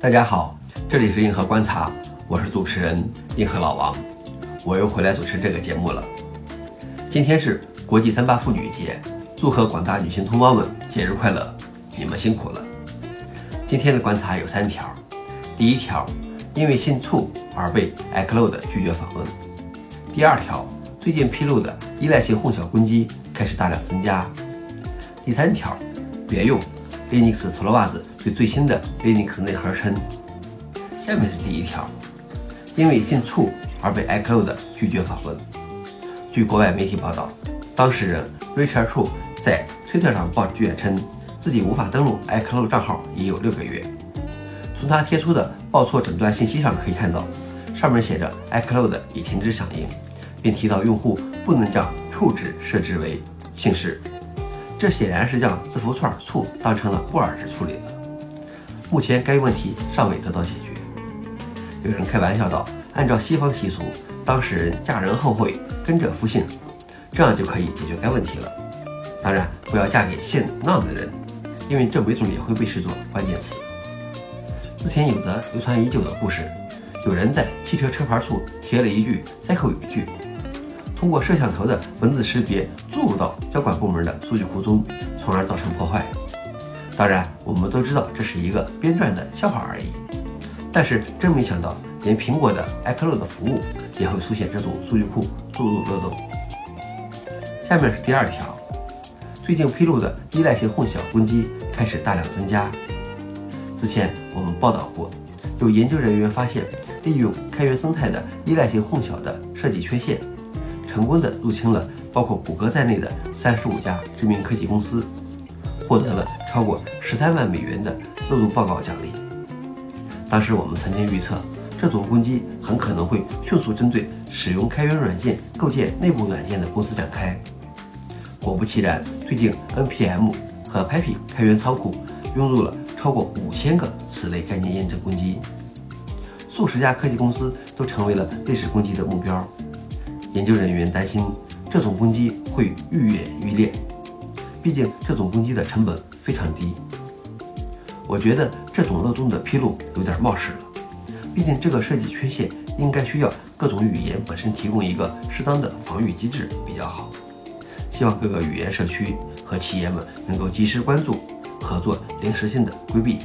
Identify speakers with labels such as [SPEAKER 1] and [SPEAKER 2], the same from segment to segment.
[SPEAKER 1] 大家好，这里是硬核观察，我是主持人硬核老王，我又回来主持这个节目了。今天是国际3·8妇女节，祝贺广大女性同胞们节日快乐，你们辛苦了。今天的观察有3条。第一条，因为姓醋而被 iCloud 拒绝访问。第二条，最近披露的依赖性混淆攻击开始大量增加。第3条，别用 Linux Torvalds 对最新的 Linux 内核称。下面是第一条，因为姓醋而被 iCloud 拒绝访问。据国外媒体报道，当事人 Richard Chu 在推特上抱怨称，自己无法登录 iCloud 账号已有6个月。从他贴出的报错诊断信息上可以看到，上面写着 iCloud 已停止响应，并提到用户不能将处值设置为姓氏，这显然是将字符串醋当成了布尔值处理了。目前该问题尚未得到解决。有人开玩笑道，按照西方习俗，当事人嫁人后会跟着复姓，这样就可以解决该问题了。当然不要嫁给姓 None 的人，因为这每种也会被视作关键词。之前有则流传已久的故事，有人在汽车车牌处贴了一句塞口语句，通过摄像头的文字识别注入到交管部门的数据库中，从而造成破坏。当然我们都知道这是一个编撰的笑话而已，但是真没想到连苹果的 iCloud 的服务也会出现这种数据库注入漏洞。下面是第2条，最近披露的依赖性混淆攻击开始大量增加。之前我们报道过，有研究人员发现，利用开源生态的依赖性混淆的设计缺陷，成功的入侵了包括谷歌在内的35家知名科技公司，获得了超过13万美元的漏洞报告奖励。当时我们曾经预测，这种攻击很可能会迅速针对使用开源软件构建内部软件的公司展开。果不其然，最近 NPM 和 Piping 开源仓库涌入了超过5000个此类概念验证攻击，数十家科技公司都成为了类似攻击的目标。研究人员担心这种攻击会愈演愈烈，毕竟这种攻击的成本非常低。我觉得这种漏洞的披露有点冒失了，毕竟这个设计缺陷应该需要各种语言本身提供一个适当的防御机制比较好。希望各个语言社区和企业们能够及时关注，合作临时性的规避。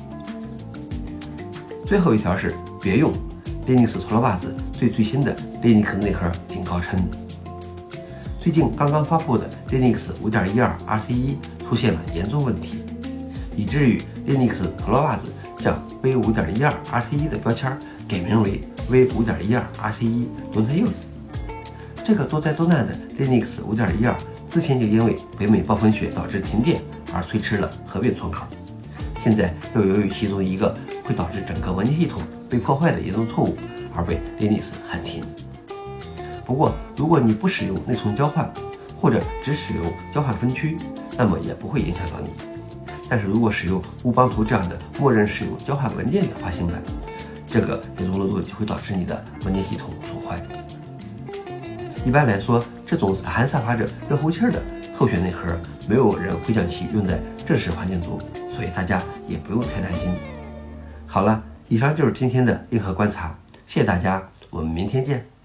[SPEAKER 1] 最后一条是别用 Linux Torvalds 对最新的 Linux 内核警告称。最近刚刚发布的 Linux 5.12 RC1 出现了严重问题，以至于 Linux Torvalds 将 V5.12 RC1 的标签改名为 V5.12 RC1 Don't Use。这个多灾多难的 Linux 5.12之前就因为北美暴风雪导致停电而推迟了合并存档，现在又由于其中一个会导致整个文件系统被破坏的严重错误而被 Linux 喊停。不过如果你不使用内存交换，或者只使用交换分区，那么也不会影响到你。但是如果使用乌邦图这样的默认使用交换文件的发行版，这个严重漏洞就会导致你的文件系统损坏。一般来说，这种还散发着热乎气儿的候选内核，没有人会将其用在正式环境中，所以大家也不用太担心。好了，以上就是今天的硬核观察，谢谢大家，我们明天见。